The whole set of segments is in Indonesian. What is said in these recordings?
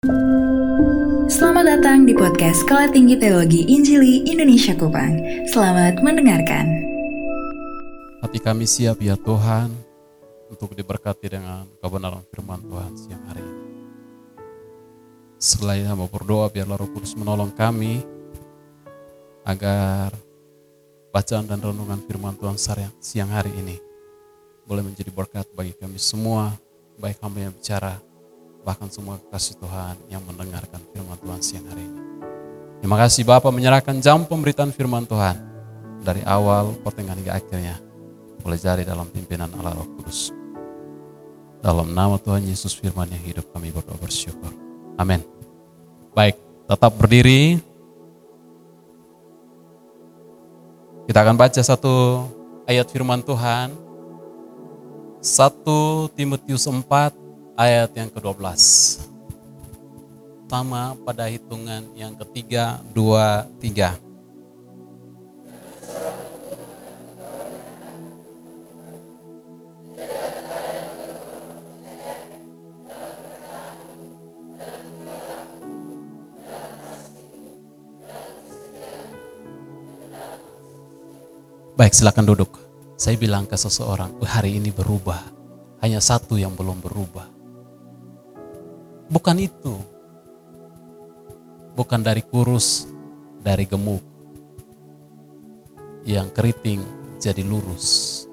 Selamat datang di podcast Sekolah Tinggi Teologi Injili Indonesia Kupang. Selamat mendengarkan. Hati kami siap ya Tuhan untuk diberkati dengan kebenaran firman Tuhan siang hari ini. Selain hamba berdoa biarlah Roh Kudus menolong kami agar bacaan dan renungan firman Tuhan siang hari ini boleh menjadi berkat bagi kami semua, baik hamba yang bicara, bahkan semua kasih Tuhan yang mendengarkan firman Tuhan siang hari ini. Terima kasih Bapa menyerahkan jam pemberitaan firman Tuhan dari awal pertengahan hingga akhirnya boleh jadi dalam pimpinan Allah Roh Kudus. Dalam nama Tuhan Yesus firman yang hidup kami berdoa bersyukur. Amin. Baik, tetap berdiri. Kita akan baca satu ayat firman Tuhan. 1 Timotius 4 ayat yang ke-12. Sama pada hitungan yang ketiga, 2, 3. Baik, silakan duduk. Saya bilang ke seseorang, hari ini berubah. Hanya satu yang belum berubah. Bukan itu. Bukan dari kurus, dari gemuk. Yang keriting jadi lurus.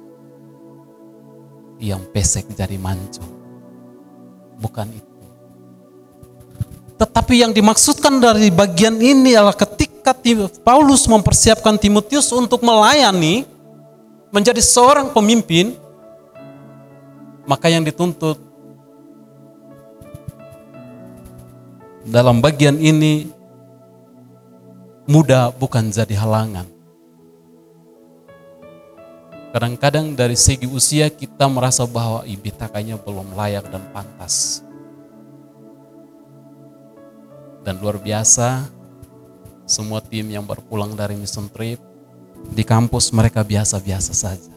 Yang pesek jadi mancung. Bukan itu. Tetapi yang dimaksudkan dari bagian ini adalah ketika Paulus mempersiapkan Timotius untuk melayani, menjadi seorang pemimpin, maka yang dituntut dalam bagian ini muda bukan jadi halangan. Kadang-kadang dari segi usia kita merasa bahwa kita kayaknya belum layak dan pantas. Dan luar biasa, semua tim yang berpulang dari mission trip di kampus mereka biasa-biasa saja.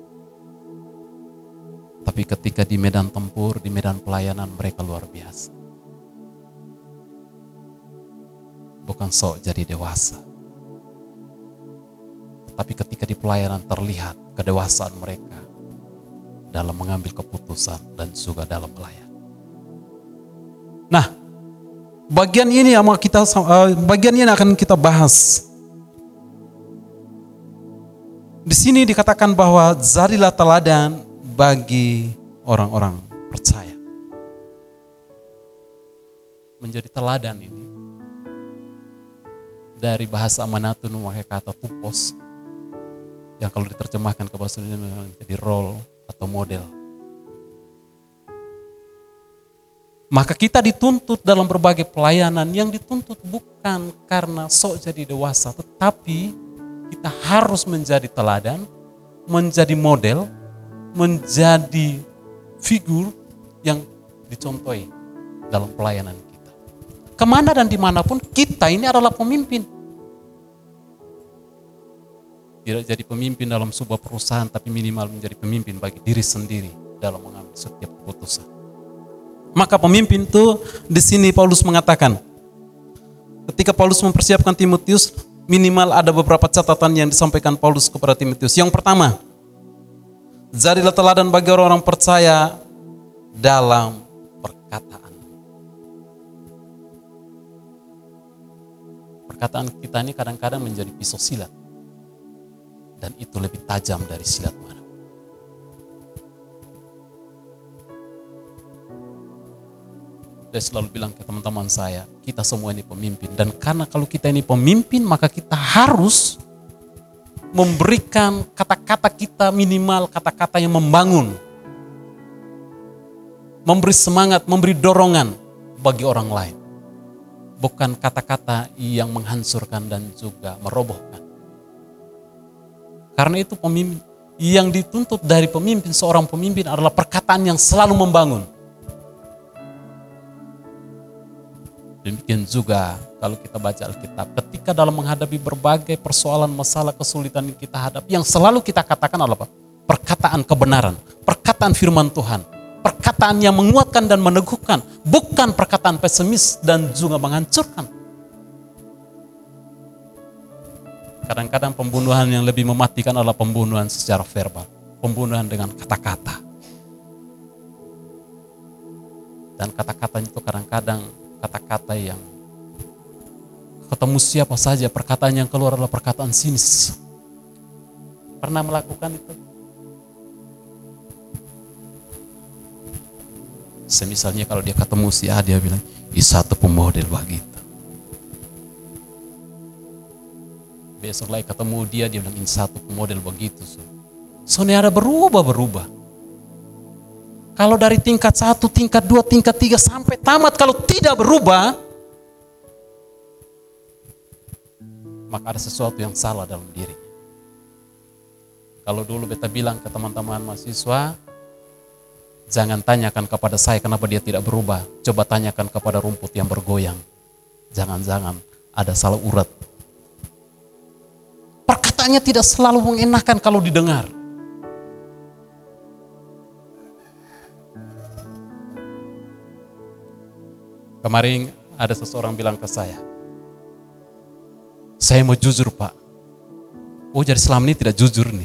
Tapi ketika di medan tempur, di medan pelayanan mereka luar biasa. Bukan sok jadi dewasa. Tapi ketika di pelayanan terlihat kedewasaan mereka dalam mengambil keputusan dan juga dalam melayani. Nah, bagian ini akan kita bahas. Di sini dikatakan bahwa jadilah teladan bagi orang-orang percaya. Menjadi teladan ini dari bahasa Manatun memakai kata tupos yang kalau diterjemahkan ke bahasa Indonesia menjadi role atau model. Maka kita dituntut dalam berbagai pelayanan yang dituntut bukan karena sok jadi dewasa, tetapi kita harus menjadi teladan, menjadi model, menjadi figur yang dicontohi dalam pelayanan kita. Kemana dan dimanapun kita ini adalah pemimpin. Tidak jadi pemimpin dalam sebuah perusahaan, tapi minimal menjadi pemimpin bagi diri sendiri dalam mengambil setiap keputusan. Maka pemimpin itu di sini Paulus mengatakan, ketika Paulus mempersiapkan Timotius, minimal ada beberapa catatan yang disampaikan Paulus kepada Timotius. Yang pertama, jadilah teladan bagi orang-orang percaya dalam perkataan. Perkataan kita ini kadang-kadang menjadi pisau silat. Dan itu lebih tajam dari silat mana. Saya selalu bilang ke teman-teman saya, kita semua ini pemimpin. Dan karena kalau kita ini pemimpin, maka kita harus memberikan kata-kata kita minimal kata-kata yang membangun. Memberi semangat, memberi dorongan bagi orang lain. Bukan kata-kata yang menghancurkan dan juga merobohkan. Karena itu pemimpin, yang dituntut dari pemimpin, seorang pemimpin adalah perkataan yang selalu membangun. Demikian juga kalau kita baca Alkitab, ketika dalam menghadapi berbagai persoalan, masalah, kesulitan yang kita hadapi, yang selalu kita katakan adalah apa? Perkataan kebenaran, perkataan firman Tuhan, perkataan perkataan yang menguatkan dan meneguhkan, bukan perkataan pesimis dan juga menghancurkan. Kadang-kadang pembunuhan yang lebih mematikan adalah pembunuhan secara verbal, pembunuhan dengan kata-kata. Dan kata-kata itu kadang-kadang kata-kata yang ketemu siapa saja, perkataan yang keluar adalah perkataan sinis. Pernah melakukan itu? Semisalnya kalau dia ketemu si A, dia bilang, satu pemodel begitu. Besok lagi ketemu dia bilang, ini satu pemodel begitu. Soalnya ada berubah. Kalau dari tingkat 1, tingkat 2, tingkat 3 sampai tamat, kalau tidak berubah, maka ada sesuatu yang salah dalam dirinya. Kalau dulu beta bilang ke teman-teman mahasiswa, jangan tanyakan kepada saya kenapa dia tidak berubah. Coba tanyakan kepada rumput yang bergoyang. Jangan-jangan ada salah urat. Perkataannya tidak selalu mengenakan kalau didengar. Kemarin ada seseorang bilang ke saya mau jujur Pak. Oh, jadi selama ini tidak jujur nih.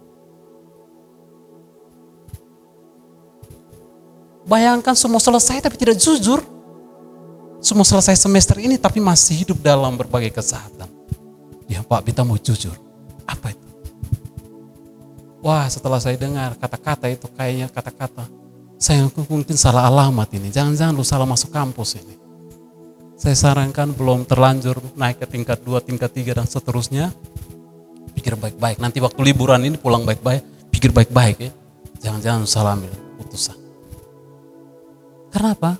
Bayangkan semua selesai tapi tidak jujur. Semua selesai semester ini tapi masih hidup dalam berbagai kejahatan. Ya Pak, kita mau jujur. Apa itu? Wah, setelah saya dengar kata-kata itu kayaknya kata-kata, saya mungkin salah alamat ini. Jangan-jangan lu salah masuk kampus ini. Saya sarankan belum terlanjur naik ke tingkat 2, tingkat 3 dan seterusnya. Pikir baik-baik. Nanti waktu liburan ini pulang baik-baik. Pikir baik-baik ya. Jangan-jangan salah ambil putusan. Karena apa?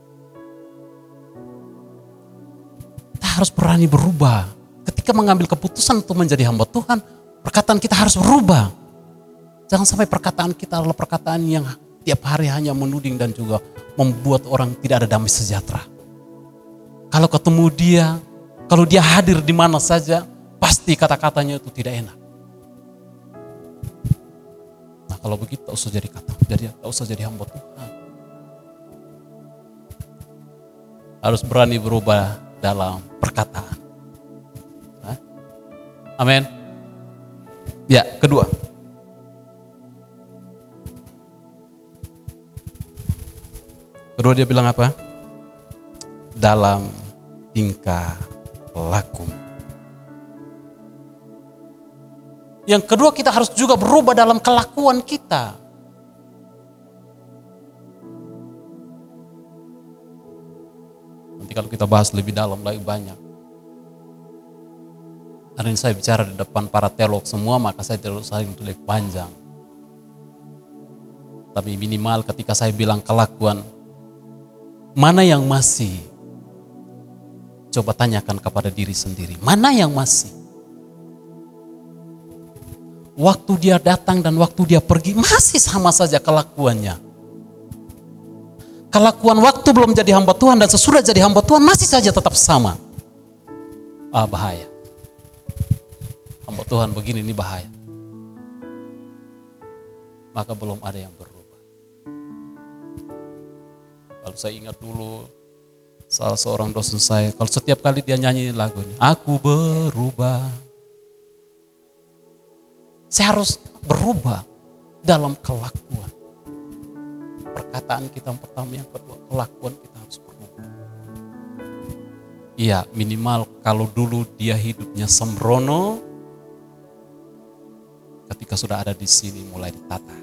Kita harus berani berubah. Ketika mengambil keputusan untuk menjadi hamba Tuhan, perkataan kita harus berubah. Jangan sampai perkataan kita adalah perkataan yang tiap hari hanya menuding dan juga membuat orang tidak ada damai sejahtera. Kalau ketemu dia, kalau dia hadir di mana saja, pasti kata-katanya itu tidak enak. Nah kalau begitu tak usah jadi hamba Tuhan. Harus berani berubah dalam perkataan. Amin. Ya, kedua. Kedua dia bilang apa? Dalam tingkah laku. Yang kedua, kita harus juga berubah dalam kelakuan kita. Nanti kalau kita bahas lebih dalam lagi banyak. Hari ini saya bicara di depan para teolog semua, maka saya tidak usah lebih panjang. Tapi minimal ketika saya bilang kelakuan, mana yang masih? Coba tanyakan kepada diri sendiri, mana yang masih? Waktu dia datang dan waktu dia pergi masih sama saja kelakuannya. Kelakuan waktu belum jadi hamba Tuhan dan sesudah jadi hamba Tuhan masih saja tetap sama. Bahaya. Hamba Tuhan begini, ini bahaya. Maka belum ada yang berubah. Kalau saya ingat dulu, salah seorang dosen saya, kalau setiap kali dia nyanyi lagunya, aku berubah. Saya harus berubah dalam kelakuan. Perkataan kita yang pertama, yang kedua, kelakuan kita harus berubah. Iya, minimal kalau dulu dia hidupnya sembrono, ketika sudah ada di sini mulai ditata.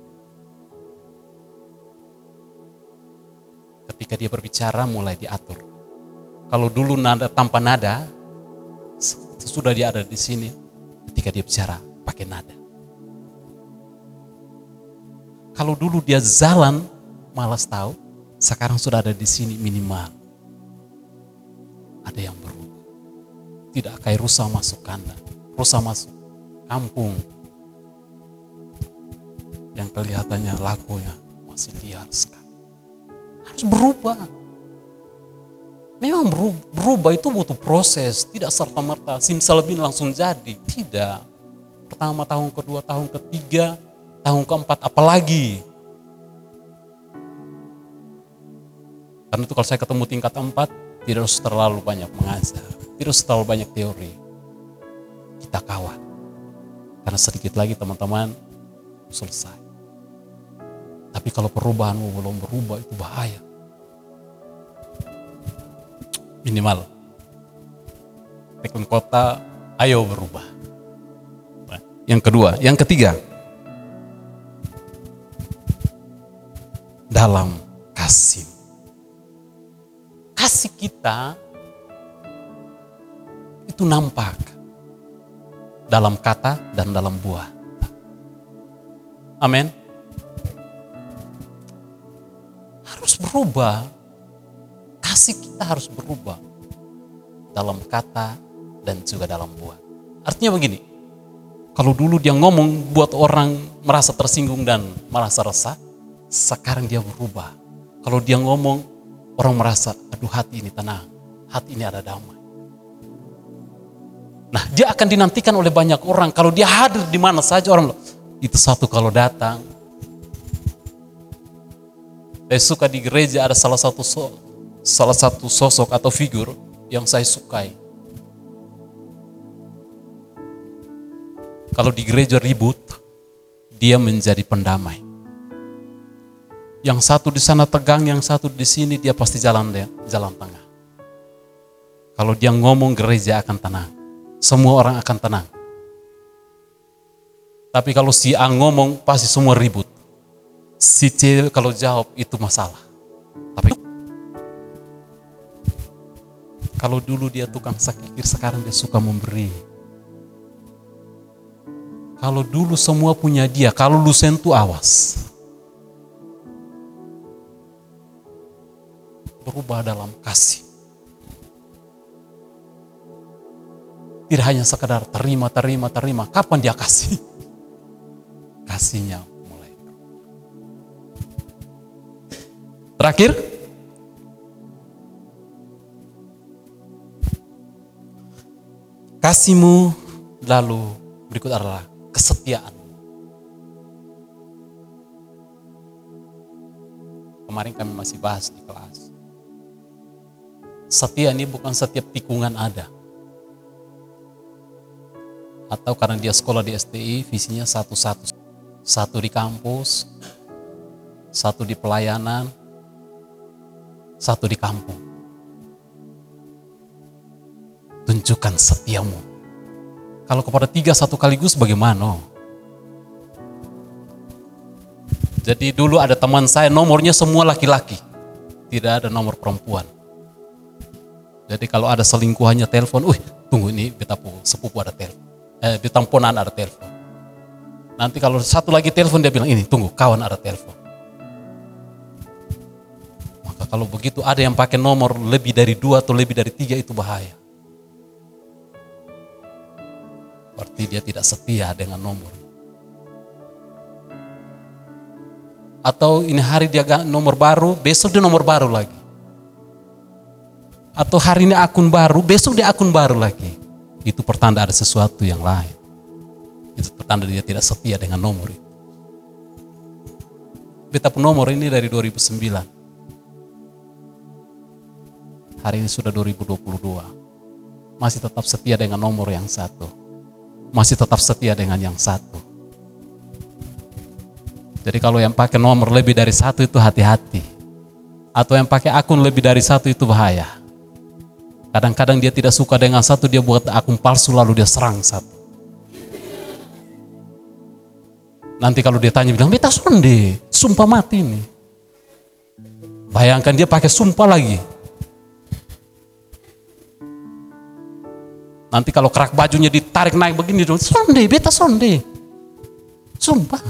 Ketika dia berbicara mulai diatur. Kalau dulu nada tanpa nada, sudah dia ada di sini. Ketika dia bicara pakai nada. Kalau dulu dia jalan malas tahu, sekarang sudah ada di sini minimal. Ada yang berubah. Tidak kayak rusa masuk kandang, rusa masuk kampung. Yang kelihatannya lakunya masih liar sekali. Harus berubah. Memang berubah itu butuh proses, tidak serta-merta simsalabim langsung jadi, tidak. Pertama, tahun kedua, tahun ketiga, tahun keempat, apalagi. Karena itu kalau saya ketemu tingkat 4, tidak harus terlalu banyak mengajar, tidak harus terlalu banyak teori. Kita kawan. Karena sedikit lagi teman-teman selesai. Tapi kalau perubahanmu belum berubah itu bahaya. Minimal tekun kota, ayo berubah. Yang kedua, yang ketiga, dalam kasih. Kasih kita itu nampak dalam kata dan dalam buah. Amin. Harus berubah. Kasih kita harus berubah dalam kata dan juga dalam buah. Artinya begini, kalau dulu dia ngomong buat orang merasa tersinggung dan merasa resah, sekarang dia berubah. Kalau dia ngomong, orang merasa, aduh hati ini tenang, hati ini ada damai. Nah, dia akan dinantikan oleh banyak orang. Kalau dia hadir di mana saja, orang itu satu kalau datang. Saya suka di gereja ada salah satu sosok atau figur yang saya sukai. Kalau di gereja ribut, dia menjadi pendamai. Yang satu di sana tegang, yang satu di sini, dia pasti jalan tengah. Kalau dia ngomong, gereja akan tenang. Semua orang akan tenang. Tapi kalau si A ngomong, pasti semua ribut. Si C kalau jawab, itu masalah. Tapi kalau dulu dia tukang sakikir, sekarang dia suka memberi. Kalau dulu semua punya dia, kalau lu sentuh awas. Berubah dalam kasih. Tidak hanya sekadar terima. Kapan dia kasih? Kasihnya mulai. Terakhir, kasihmu lalu berikut adalah kesetiaan. Kemarin kami masih bahas di kelas. Setia ini bukan setiap tikungan ada. Atau karena dia sekolah di STI, visinya satu-satu. Satu di kampus, satu di pelayanan, satu di kampung. Tunjukkan setiamu. Kalau kepada 3 satu sekaligus bagaimana? Jadi dulu ada teman saya, nomornya semua laki-laki. Tidak ada nomor perempuan. Jadi kalau ada selingkuhannya telepon, tunggu ini beta sepupu ada telepon. Ditamponan ada telepon. Nanti kalau satu lagi telepon dia bilang ini tunggu kawan ada telepon. Maka kalau begitu ada yang pakai nomor lebih dari 2 atau lebih dari 3 itu bahaya. Berarti dia tidak setia dengan nomor. Atau ini hari dia nomor baru, besok dia nomor baru lagi. Atau hari ini akun baru, besok dia akun baru lagi. Itu pertanda ada sesuatu yang lain. Itu pertanda dia tidak setia dengan nomor itu. Beta pun nomor ini dari 2009. Hari ini sudah 2022. Masih tetap setia dengan nomor yang satu. Masih tetap setia dengan yang satu. Jadi kalau yang pakai nomor lebih dari 1 itu hati-hati. Atau yang pakai akun lebih dari 1 itu bahaya. Kadang-kadang dia tidak suka dengan 1, dia buat akun palsu lalu dia serang 1. Nanti kalau dia tanya bilang, beta sonde, sumpah mati nih. Bayangkan dia pakai sumpah lagi. Nanti kalau kerak bajunya ditarik naik begini, sonde, beta sonde. Sumpah.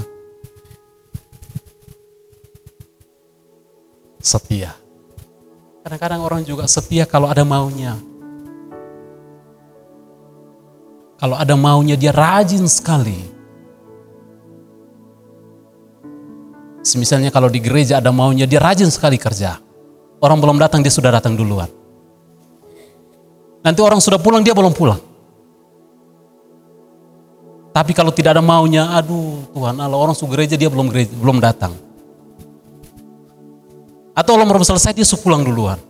Setia. Kadang-kadang orang juga setia kalau ada maunya. Kalau ada maunya dia rajin sekali. Misalnya kalau di gereja ada maunya dia rajin sekali kerja. Orang belum datang dia sudah datang duluan. Nanti orang sudah pulang dia belum pulang. Tapi kalau tidak ada maunya, aduh Tuhan Allah, orang sudah gereja dia belum datang. Atau Allah belum selesai, dia pulang duluan.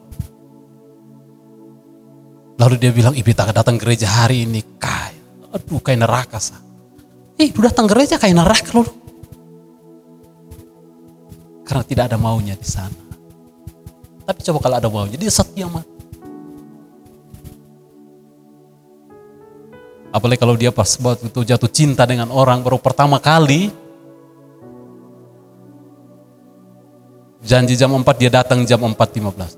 Lalu dia bilang, Ibita datang gereja hari ini, kayak neraka. Lu datang gereja kayak neraka lu. Karena tidak ada maunya di sana. Tapi coba kalau ada maunya, dia setia mati. Apalagi kalau dia pas waktu itu jatuh cinta dengan orang baru pertama kali, janji jam 4 dia datang jam 4.15.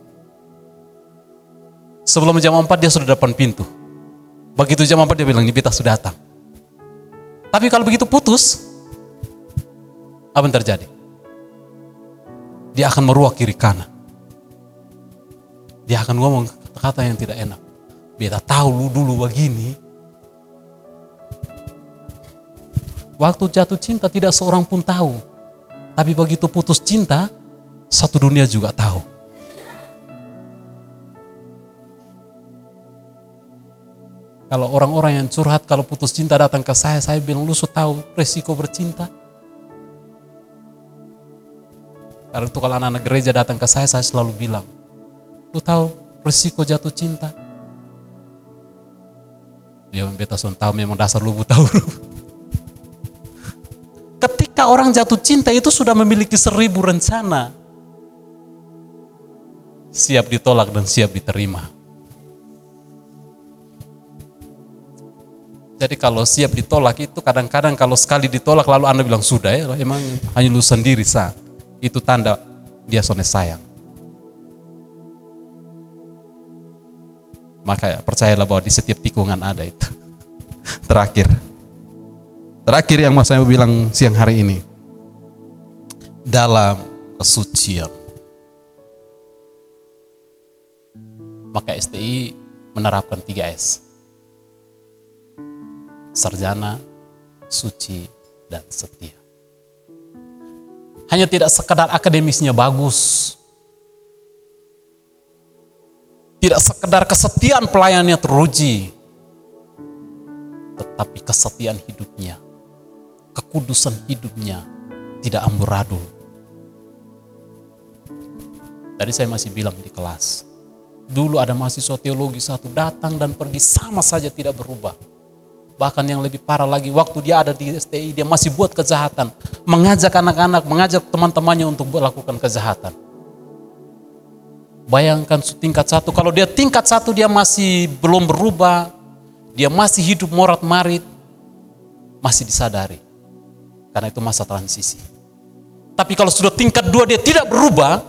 Sebelum jam 4 dia sudah depan pintu. Begitu jam 4 dia bilang, Ibita sudah datang. Tapi kalau begitu putus, apa yang terjadi? Dia akan meruak kiri kanan. Dia akan ngomong kata-kata yang tidak enak. Beta tahu lu dulu begini. Waktu jatuh cinta tidak seorang pun tahu. Tapi begitu putus cinta, satu dunia juga tahu. Kalau orang-orang yang curhat, kalau putus cinta datang ke saya bilang, lu sudah tahu resiko bercinta? Karena itu kalau anak-anak gereja datang ke saya selalu bilang, lu tahu resiko jatuh cinta? Ya beta sudah tahu, memang dasar lu tahu. Ketika orang jatuh cinta itu sudah memiliki 1000 rencana. Siap ditolak dan siap diterima. Jadi kalau siap ditolak itu kadang-kadang kalau sekali ditolak lalu Anda bilang sudah ya, emang hanya lu sendiri sah. Itu tanda dia soneh sayang. Maka percayalah bahwa di setiap tikungan ada itu. Terakhir yang mau saya bilang siang hari ini. Dalam kesucian. Maka STI menerapkan 3S. Sarjana, suci, dan setia. Hanya tidak sekedar akademisnya bagus. Tidak sekedar kesetiaan pelayannya teruji. Tetapi kesetiaan hidupnya, kekudusan hidupnya tidak amburadul. Tadi saya masih bilang di kelas. Dulu ada mahasiswa teologi satu datang dan pergi sama saja tidak berubah. Bahkan yang lebih parah lagi, waktu dia ada di STI, dia masih buat kejahatan. Mengajak anak-anak, mengajak teman-temannya untuk melakukan kejahatan. Bayangkan tingkat 1, kalau dia tingkat 1 dia masih belum berubah, dia masih hidup morat-marit, masih disadari. Karena itu masa transisi. Tapi kalau sudah tingkat 2 dia tidak berubah,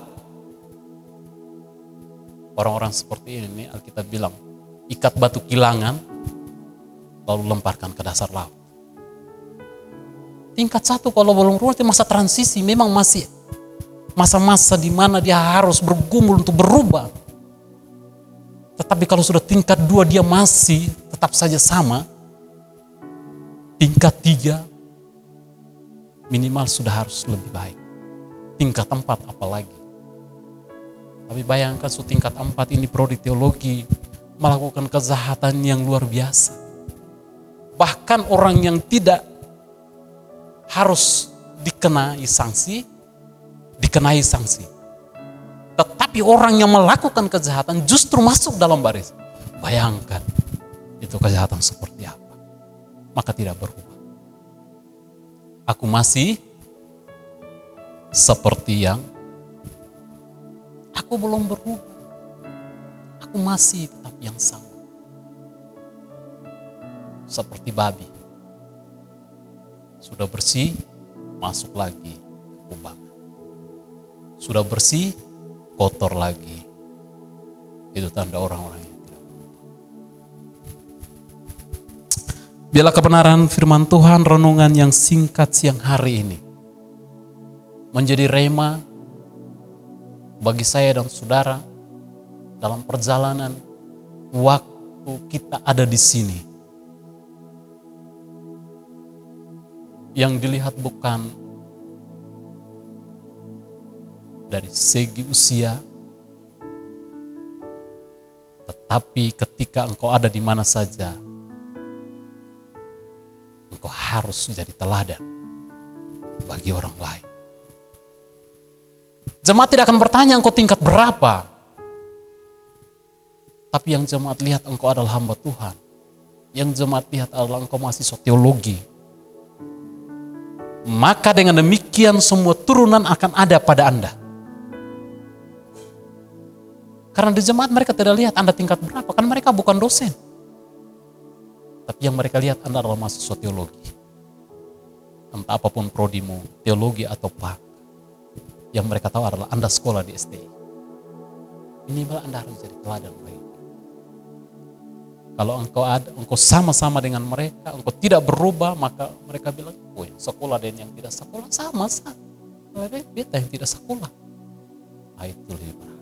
orang-orang seperti ini Alkitab bilang, ikat batu kilangan, lalu lemparkan ke dasar laut. Tingkat 1 kalau belum berubah itu masa transisi, memang masih masa-masa di mana dia harus bergumul untuk berubah. Tetapi kalau sudah tingkat 2 dia masih tetap saja sama. Tingkat 3 minimal sudah harus lebih baik. Tingkat 4 apalagi. Tapi bayangkan tingkat 4 ini prodi teologi melakukan kejahatan yang luar biasa. Bahkan orang yang tidak harus dikenai sanksi. Tetapi orang yang melakukan kejahatan justru masuk dalam baris. Bayangkan itu kejahatan seperti apa. Maka tidak berubah. Aku masih seperti yang aku belum berubah. Aku masih tetap yang sama. Seperti babi. Sudah bersih, masuk lagi ke kubangan. Sudah bersih, kotor lagi. Itu tanda orang-orang yang tidak berubah. Biarlah kebenaran firman Tuhan, renungan yang singkat siang hari ini menjadi rema bagi saya dan saudara dalam perjalanan waktu kita ada di sini. Yang dilihat bukan dari segi usia, tetapi ketika engkau ada di mana saja, engkau harus menjadi teladan bagi orang lain. Jemaat tidak akan bertanya engkau tingkat berapa. Tapi yang jemaat lihat engkau adalah hamba Tuhan. Yang jemaat lihat adalah engkau mahasiswa teologi. Maka dengan demikian semua turunan akan ada pada Anda. Karena di jemaat mereka tidak lihat Anda tingkat berapa. Kan mereka bukan dosen. Tapi yang mereka lihat Anda adalah mahasiswa teologi. Entah apapun prodimu, teologi atau pak. Yang mereka tahu adalah Anda sekolah di STI. Minimal Anda harus jadi teladan baik. Kalau engkau sama-sama dengan mereka, engkau tidak berubah, maka mereka bilang, sekolah dan yang tidak sekolah sama. Beta yang tidak sekolah. Itu lebih berat.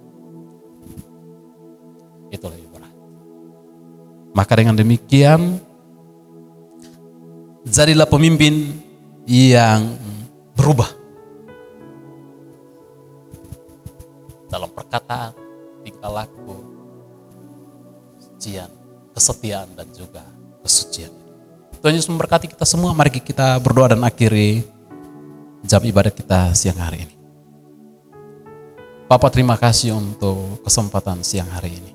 Itu lebih berat. Maka dengan demikian, jadilah pemimpin yang berubah. Dalam perkataan, tingkah laku, sucian, kesetiaan dan juga kesucian. Tuhan Yesus memberkati kita semua. Mari kita berdoa dan akhiri jam ibadat kita siang hari ini. Bapa, terima kasih untuk kesempatan siang hari ini.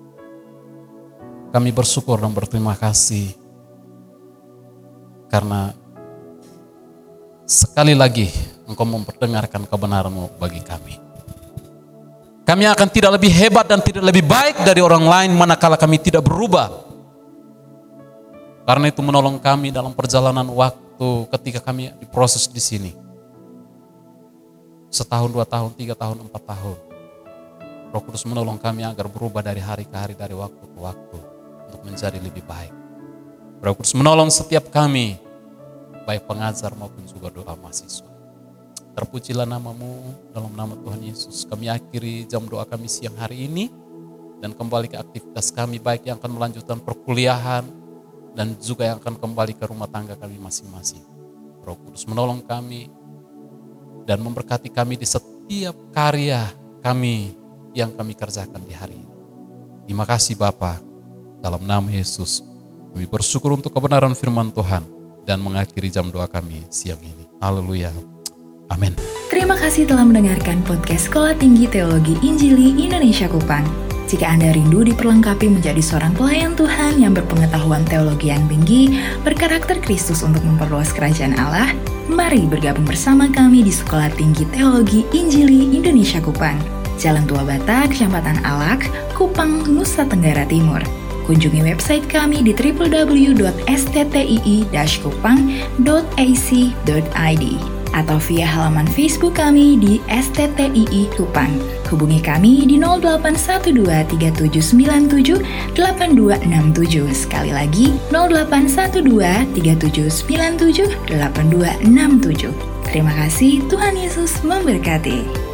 Kami bersyukur dan berterima kasih karena sekali lagi Engkau memperdengarkan kebenaran-Mu bagi kami. Kami akan tidak lebih hebat dan tidak lebih baik dari orang lain manakala kami tidak berubah. Karena itu menolong kami dalam perjalanan waktu ketika kami diproses di sini. 1 tahun, 2 tahun, 3 tahun, 4 tahun. Roh Kudus menolong kami agar berubah dari hari ke hari, dari waktu ke waktu untuk menjadi lebih baik. Roh Kudus menolong setiap kami, baik pengajar maupun juga doa mahasiswa. Terpujilah nama-Mu, dalam nama Tuhan Yesus. Kami akhiri jam doa kami siang hari ini dan kembali ke aktivitas kami, baik yang akan melanjutkan perkuliahan dan juga yang akan kembali ke rumah tangga kami masing-masing. Roh Kudus menolong kami dan memberkati kami di setiap karya kami yang kami kerjakan di hari ini. Terima kasih Bapa, dalam nama Yesus kami bersyukur untuk kebenaran firman Tuhan dan mengakhiri jam doa kami siang ini. Haleluya. Amin. Terima kasih telah mendengarkan podcast Sekolah Tinggi Teologi Injili Indonesia Kupang. Jika Anda rindu diperlengkapi menjadi seorang pelayan Tuhan yang berpengetahuan teologi yang tinggi, berkarakter Kristus untuk memperluas kerajaan Allah, mari bergabung bersama kami di Sekolah Tinggi Teologi Injili Indonesia Kupang. Jalan Tua Bata, Kecamatan Alak, Kupang, Nusa Tenggara Timur. Kunjungi website kami di www.sttii-kupang.ac.id atau via halaman Facebook kami di STTII Kupang. Hubungi kami di 081237978267. Sekali lagi 081237978267. Terima kasih, Tuhan Yesus memberkati.